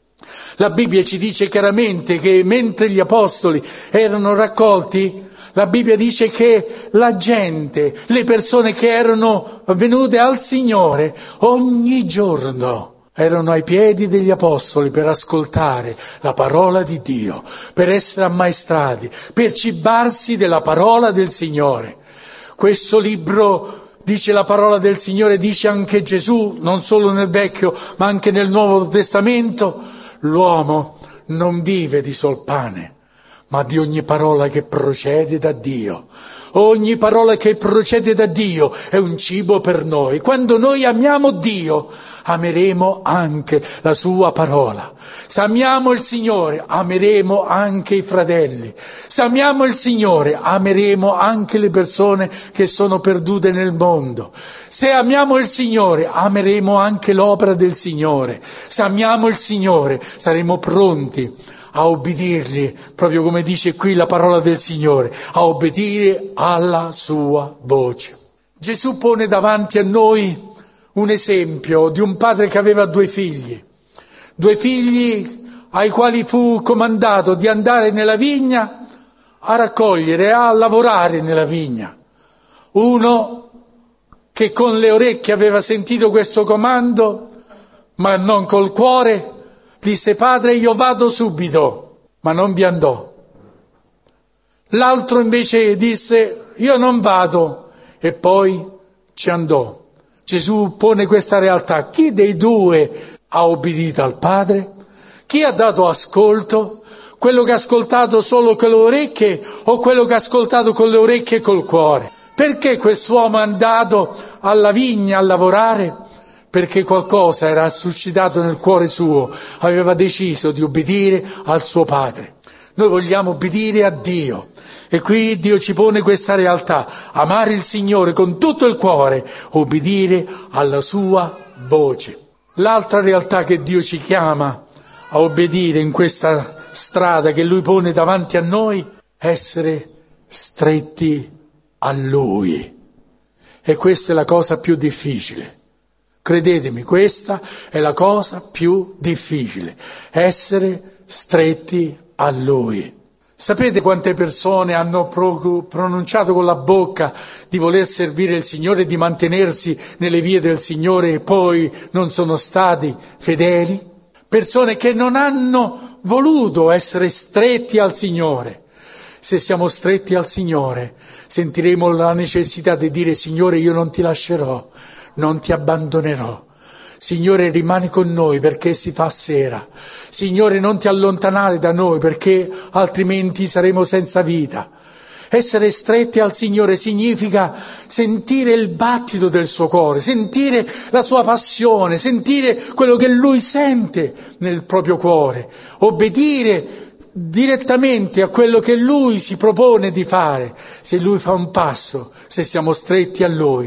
La Bibbia ci dice chiaramente che mentre gli apostoli erano raccolti, la Bibbia dice che la gente, le persone che erano venute al Signore, ogni giorno erano ai piedi degli apostoli per ascoltare la parola di Dio, per essere ammaestrati, per cibarsi della parola del Signore. Questo libro, dice la parola del Signore, dice anche Gesù, non solo nel Vecchio ma anche nel Nuovo Testamento, l'uomo non vive di sol pane, ma di ogni parola che procede da Dio. Ogni parola che procede da Dio è un cibo per noi. Quando noi amiamo Dio, ameremo anche la sua parola. Se amiamo il Signore, ameremo anche i fratelli. Se amiamo il Signore, ameremo anche le persone che sono perdute nel mondo. Se amiamo il Signore, ameremo anche l'opera del Signore. Se amiamo il Signore, saremo pronti a obbedirgli, proprio come dice qui la parola del Signore, a obbedire alla sua voce. Gesù pone davanti a noi un esempio di un padre che aveva due figli, due figli ai quali fu comandato di andare nella vigna a raccogliere, a lavorare nella vigna. Uno che con le orecchie aveva sentito questo comando, ma non col cuore, disse: padre, io vado subito, ma non vi andò. L'altro invece disse: io non vado, e poi ci andò. Gesù pone questa realtà: chi dei due ha obbedito al Padre? Chi ha dato ascolto? Quello che ha ascoltato solo con le orecchie o quello che ha ascoltato con le orecchie e col cuore? Perché quest'uomo è andato alla vigna a lavorare? Perché qualcosa era suscitato nel cuore suo, aveva deciso di obbedire al suo Padre. Noi vogliamo obbedire a Dio. E qui Dio ci pone questa realtà: amare il Signore con tutto il cuore, obbedire alla sua voce. L'altra realtà che Dio ci chiama a obbedire in questa strada che Lui pone davanti a noi, essere stretti a Lui. E questa è la cosa più difficile. Credetemi, questa è la cosa più difficile, essere stretti a Lui. Sapete quante persone hanno pro- pronunciato con la bocca di voler servire il Signore, di mantenersi nelle vie del Signore e poi non sono stati fedeli? Persone che non hanno voluto essere stretti al Signore. Se siamo stretti al Signore, sentiremo la necessità di dire: Signore, io non ti lascerò, non ti abbandonerò. Signore, rimani con noi perché si fa sera. Signore, non ti allontanare da noi perché altrimenti saremo senza vita. Essere stretti al Signore significa sentire il battito del suo cuore, sentire la sua passione, sentire quello che Lui sente nel proprio cuore, obbedire direttamente a quello che Lui si propone di fare. Se Lui fa un passo, se siamo stretti a Lui,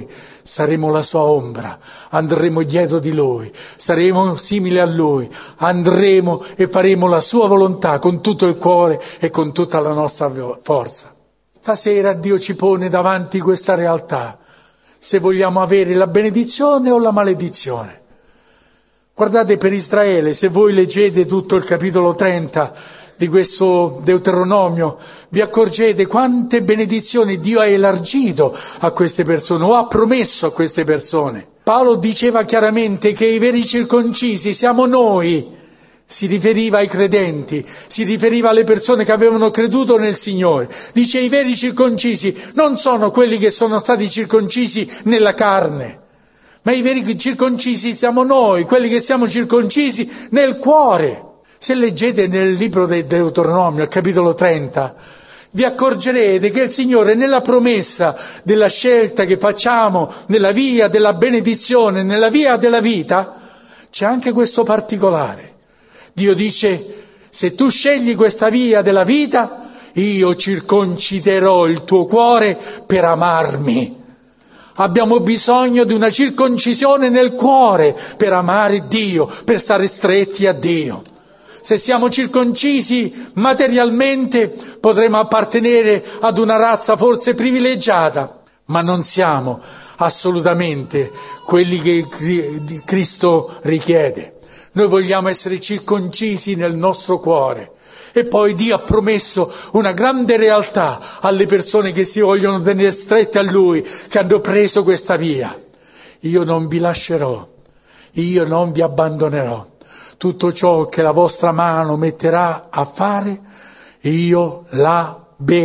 saremo la sua ombra, andremo dietro di Lui, saremo simili a Lui, andremo e faremo la sua volontà con tutto il cuore e con tutta la nostra forza. Stasera Dio ci pone davanti questa realtà, se vogliamo avere la benedizione o la maledizione. Guardate, per Israele, se voi leggete tutto il capitolo trenta di questo Deuteronomio, vi accorgete quante benedizioni Dio ha elargito a queste persone o ha promesso a queste persone. Paolo diceva chiaramente che i veri circoncisi siamo noi, si riferiva ai credenti, si riferiva alle persone che avevano creduto nel Signore. Dice i veri circoncisi non sono quelli che sono stati circoncisi nella carne, ma i veri circoncisi siamo noi, quelli che siamo circoncisi nel cuore. Se leggete nel libro del Deuteronomio, al capitolo trenta, vi accorgerete che il Signore nella promessa della scelta che facciamo nella via della benedizione, nella via della vita, c'è anche questo particolare. Dio dice, se tu scegli questa via della vita, io circonciderò il tuo cuore per amarmi. Abbiamo bisogno di una circoncisione nel cuore per amare Dio, per stare stretti a Dio. Se siamo circoncisi materialmente potremo appartenere ad una razza forse privilegiata, ma non siamo assolutamente quelli che Cristo richiede. Noi vogliamo essere circoncisi nel nostro cuore. E poi Dio ha promesso una grande realtà alle persone che si vogliono tenere strette a Lui, che hanno preso questa via. Io non vi lascerò, io non vi abbandonerò. Tutto ciò che la vostra mano metterà a fare, io la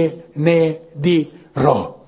benedirò.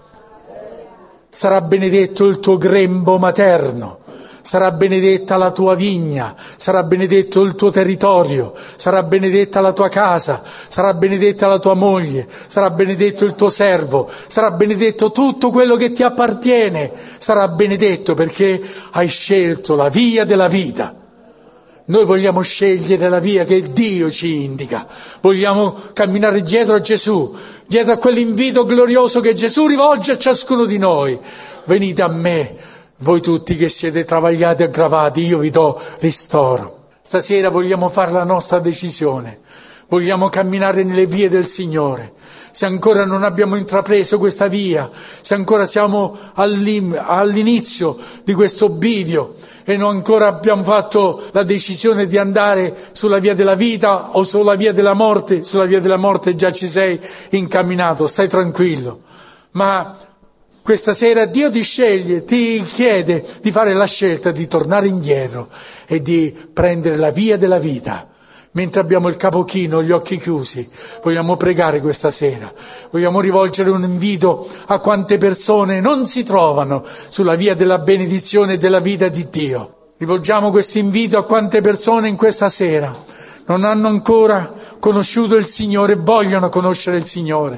Sarà benedetto il tuo grembo materno, sarà benedetta la tua vigna, sarà benedetto il tuo territorio, sarà benedetta la tua casa, sarà benedetta la tua moglie, sarà benedetto il tuo servo, sarà benedetto tutto quello che ti appartiene, sarà benedetto perché hai scelto la via della vita. Noi vogliamo scegliere la via che Dio ci indica, vogliamo camminare dietro a Gesù, dietro a quell'invito glorioso che Gesù rivolge a ciascuno di noi. Venite a me, voi tutti che siete travagliati e aggravati, io vi do ristoro. Stasera vogliamo fare la nostra decisione, vogliamo camminare nelle vie del Signore. Se ancora non abbiamo intrapreso questa via, se ancora siamo all'inizio di questo bivio e non ancora abbiamo fatto la decisione di andare sulla via della vita o sulla via della morte, sulla via della morte già ci sei incamminato, stai tranquillo. Ma questa sera Dio ti sceglie, ti chiede di fare la scelta di tornare indietro e di prendere la via della vita. Mentre abbiamo il capo chino, gli occhi chiusi, vogliamo pregare questa sera, vogliamo rivolgere un invito a quante persone non si trovano sulla via della benedizione e della vita di Dio. Rivolgiamo questo invito a quante persone in questa sera non hanno ancora conosciuto il Signore e vogliono conoscere il Signore.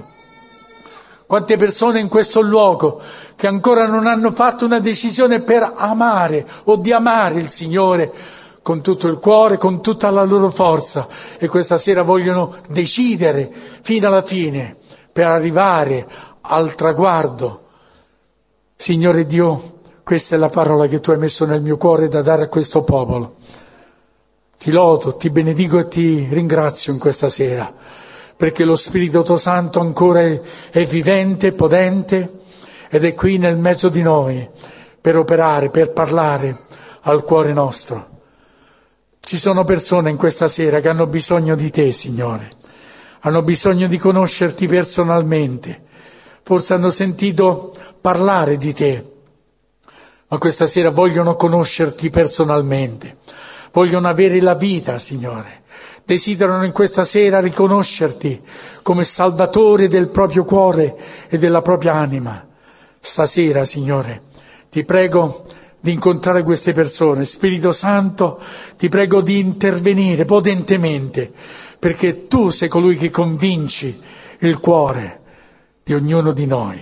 Quante persone in questo luogo che ancora non hanno fatto una decisione per amare o di amare il Signore con tutto il cuore, con tutta la loro forza, e questa sera vogliono decidere fino alla fine per arrivare al traguardo. Signore Dio, questa è la parola che tu hai messo nel mio cuore da dare a questo popolo. Ti lodo, ti benedico e ti ringrazio in questa sera, perché lo Spirito tuo Santo ancora è, è vivente, potente, ed è qui nel mezzo di noi per operare, per parlare al cuore nostro. Ci sono persone in questa sera che hanno bisogno di te, Signore, hanno bisogno di conoscerti personalmente, forse hanno sentito parlare di te, ma questa sera vogliono conoscerti personalmente, vogliono avere la vita, Signore, desiderano in questa sera riconoscerti come Salvatore del proprio cuore e della propria anima. Stasera, Signore, ti prego di incontrare queste persone. Spirito Santo, ti prego di intervenire potentemente, perché tu sei colui che convinci il cuore di ognuno di noi.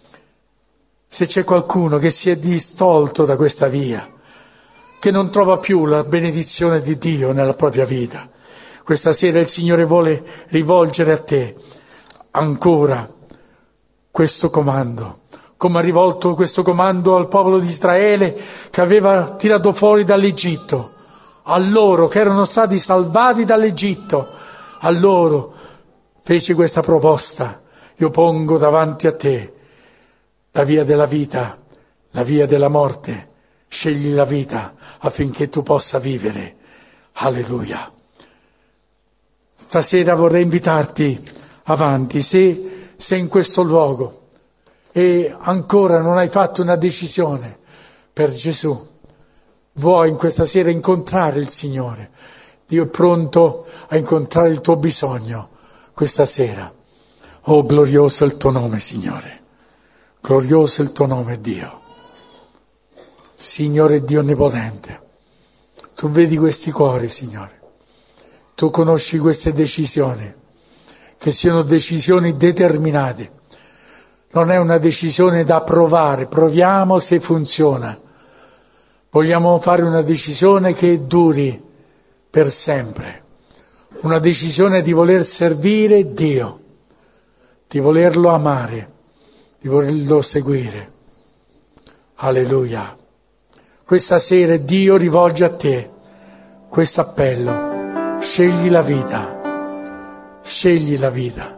Se c'è qualcuno che si è distolto da questa via, che non trova più la benedizione di Dio nella propria vita, questa sera il Signore vuole rivolgere a te ancora questo comando. come ha rivolto questo comando al popolo di Israele che aveva tirato fuori dall'Egitto, a loro che erano stati salvati dall'Egitto, a loro fece questa proposta: io pongo davanti a te la via della vita, la via della morte, scegli la vita affinché tu possa vivere. Alleluia. Stasera vorrei invitarti avanti, se sei in questo luogo e ancora non hai fatto una decisione per Gesù, vuoi in questa sera incontrare il Signore, Dio è pronto a incontrare il tuo bisogno questa sera. Oh, glorioso è il tuo nome, Signore, glorioso è il tuo nome, Dio. Signore Dio Onnipotente, tu vedi questi cuori, Signore, tu conosci queste decisioni, che siano decisioni determinate. Non è una decisione da provare, proviamo se funziona. Vogliamo fare una decisione che duri per sempre, una decisione di voler servire Dio, di volerlo amare, di volerlo seguire. Alleluia. Questa sera Dio rivolge a te questo appello: scegli la vita, scegli la vita.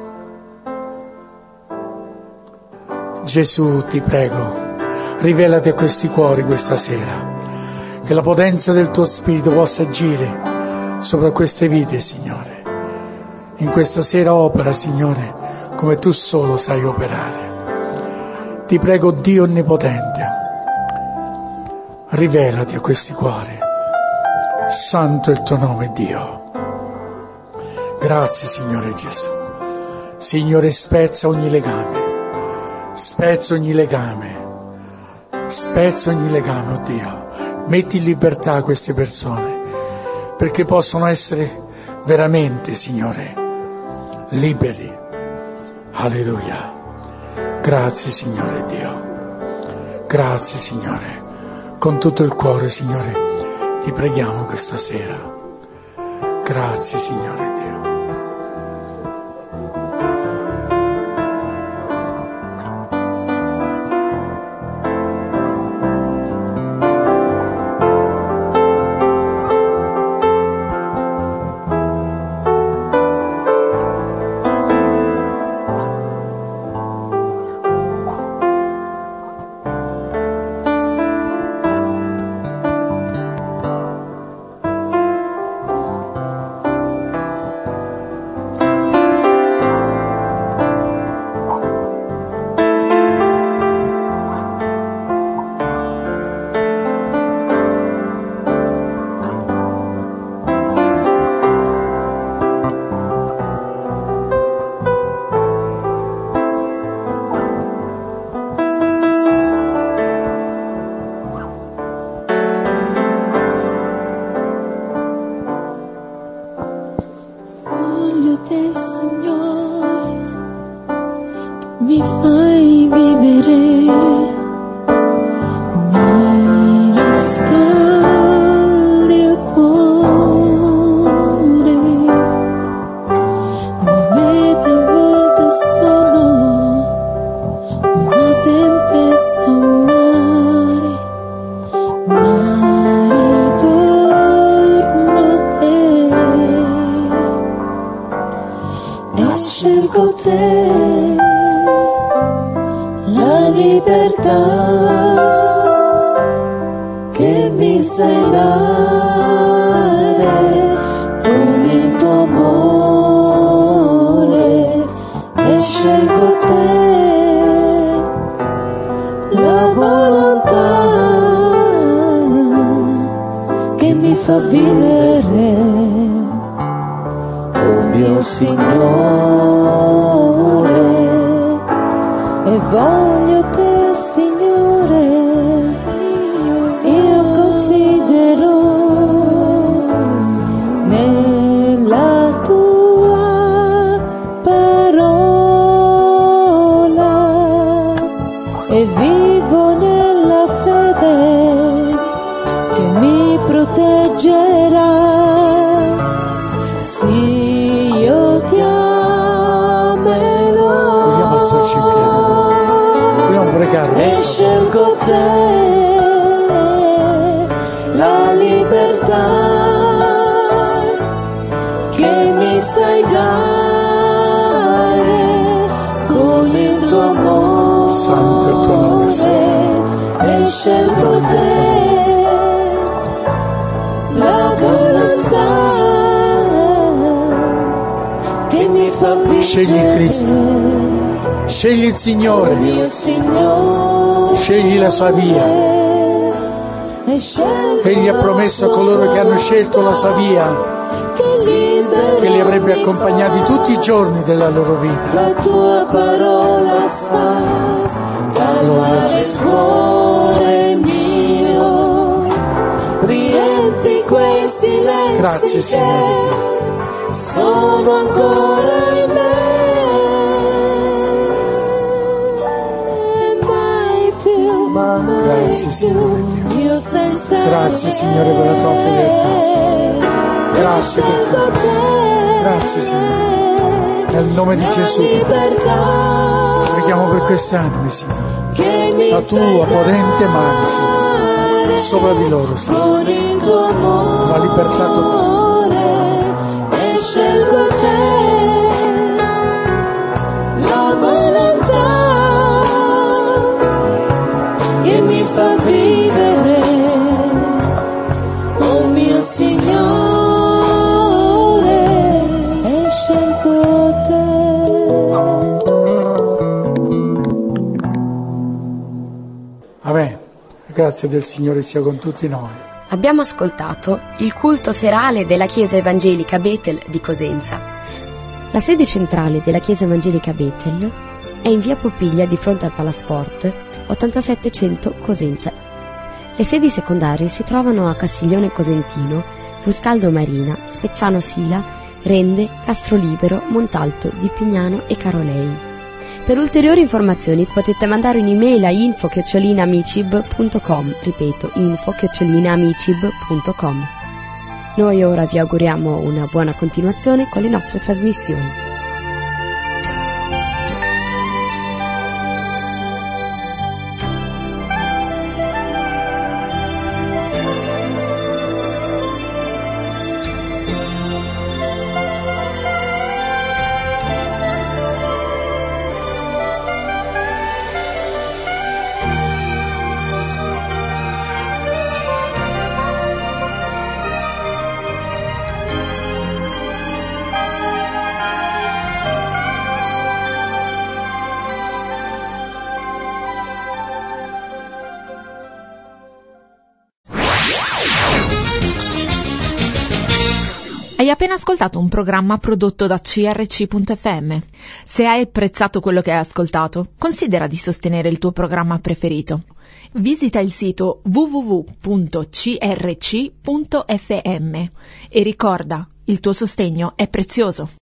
Gesù, ti prego, rivelati a questi cuori questa sera, che la potenza del tuo Spirito possa agire sopra queste vite, Signore. In questa sera opera, Signore, come tu solo sai operare. Ti prego, Dio Onnipotente, rivelati a questi cuori. Santo è il tuo nome, Dio. Grazie, Signore Gesù. Signore, spezza ogni legame, spezza ogni legame, spezza ogni legame, oh Dio. Metti in libertà queste persone, perché possono essere veramente, Signore, liberi. Alleluia. Grazie, Signore Dio. Grazie, Signore. Con tutto il cuore, Signore, ti preghiamo questa sera. Grazie, Signore Dio. e scelgo te, la libertà che mi sai dare con il tuo amore. Santo il tuo nome, e scelgo te, la volontà che mi fa vivere. Scegli Cristo, scegli il Signore, mio Signore, scegli la sua via. Egli ha promesso a coloro che hanno scelto la sua via che li avrebbe accompagnati tutti i giorni della loro vita. La tua parola sa calmare il cuore mio, riempi quei silenzi. Grazie, Signore, sono ancora in me e mai più, mai grazie, Signore Dio. Io senza Grazie, Signore, per la tua fedeltà. Grazie per tutto. Grazie, Signore. Nel nome di Gesù preghiamo per queste anime, Signore. La tua potente mano, Signore, sopra di loro, Signore. La libertà totale. E scelgo te, la volontà che mi fa vivere, oh mio Signore, e scelgo te. Amen. Grazie del Signore sia con tutti noi. Abbiamo ascoltato il culto serale della Chiesa Evangelica Bethel di Cosenza. La sede centrale della Chiesa Evangelica Bethel è in via Popiglia di fronte al Palasport, ottantasette cento Cosenza. Le sedi secondarie si trovano a Castiglione Cosentino, Fuscaldo Marina, Spezzano Sila, Rende, Castrolibero, Montalto, Di Pignano e Carolei. Per ulteriori informazioni potete mandare un'email a info chiocciolina amicib punto com, ripeto, info chiocciolina amicib punto com. Noi ora vi auguriamo una buona continuazione con le nostre trasmissioni. Hai appena ascoltato un programma prodotto da C R C punto F M. Se hai apprezzato quello che hai ascoltato, considera di sostenere il tuo programma preferito. Visita il sito w w w punto c r c punto f m e ricorda, il tuo sostegno è prezioso.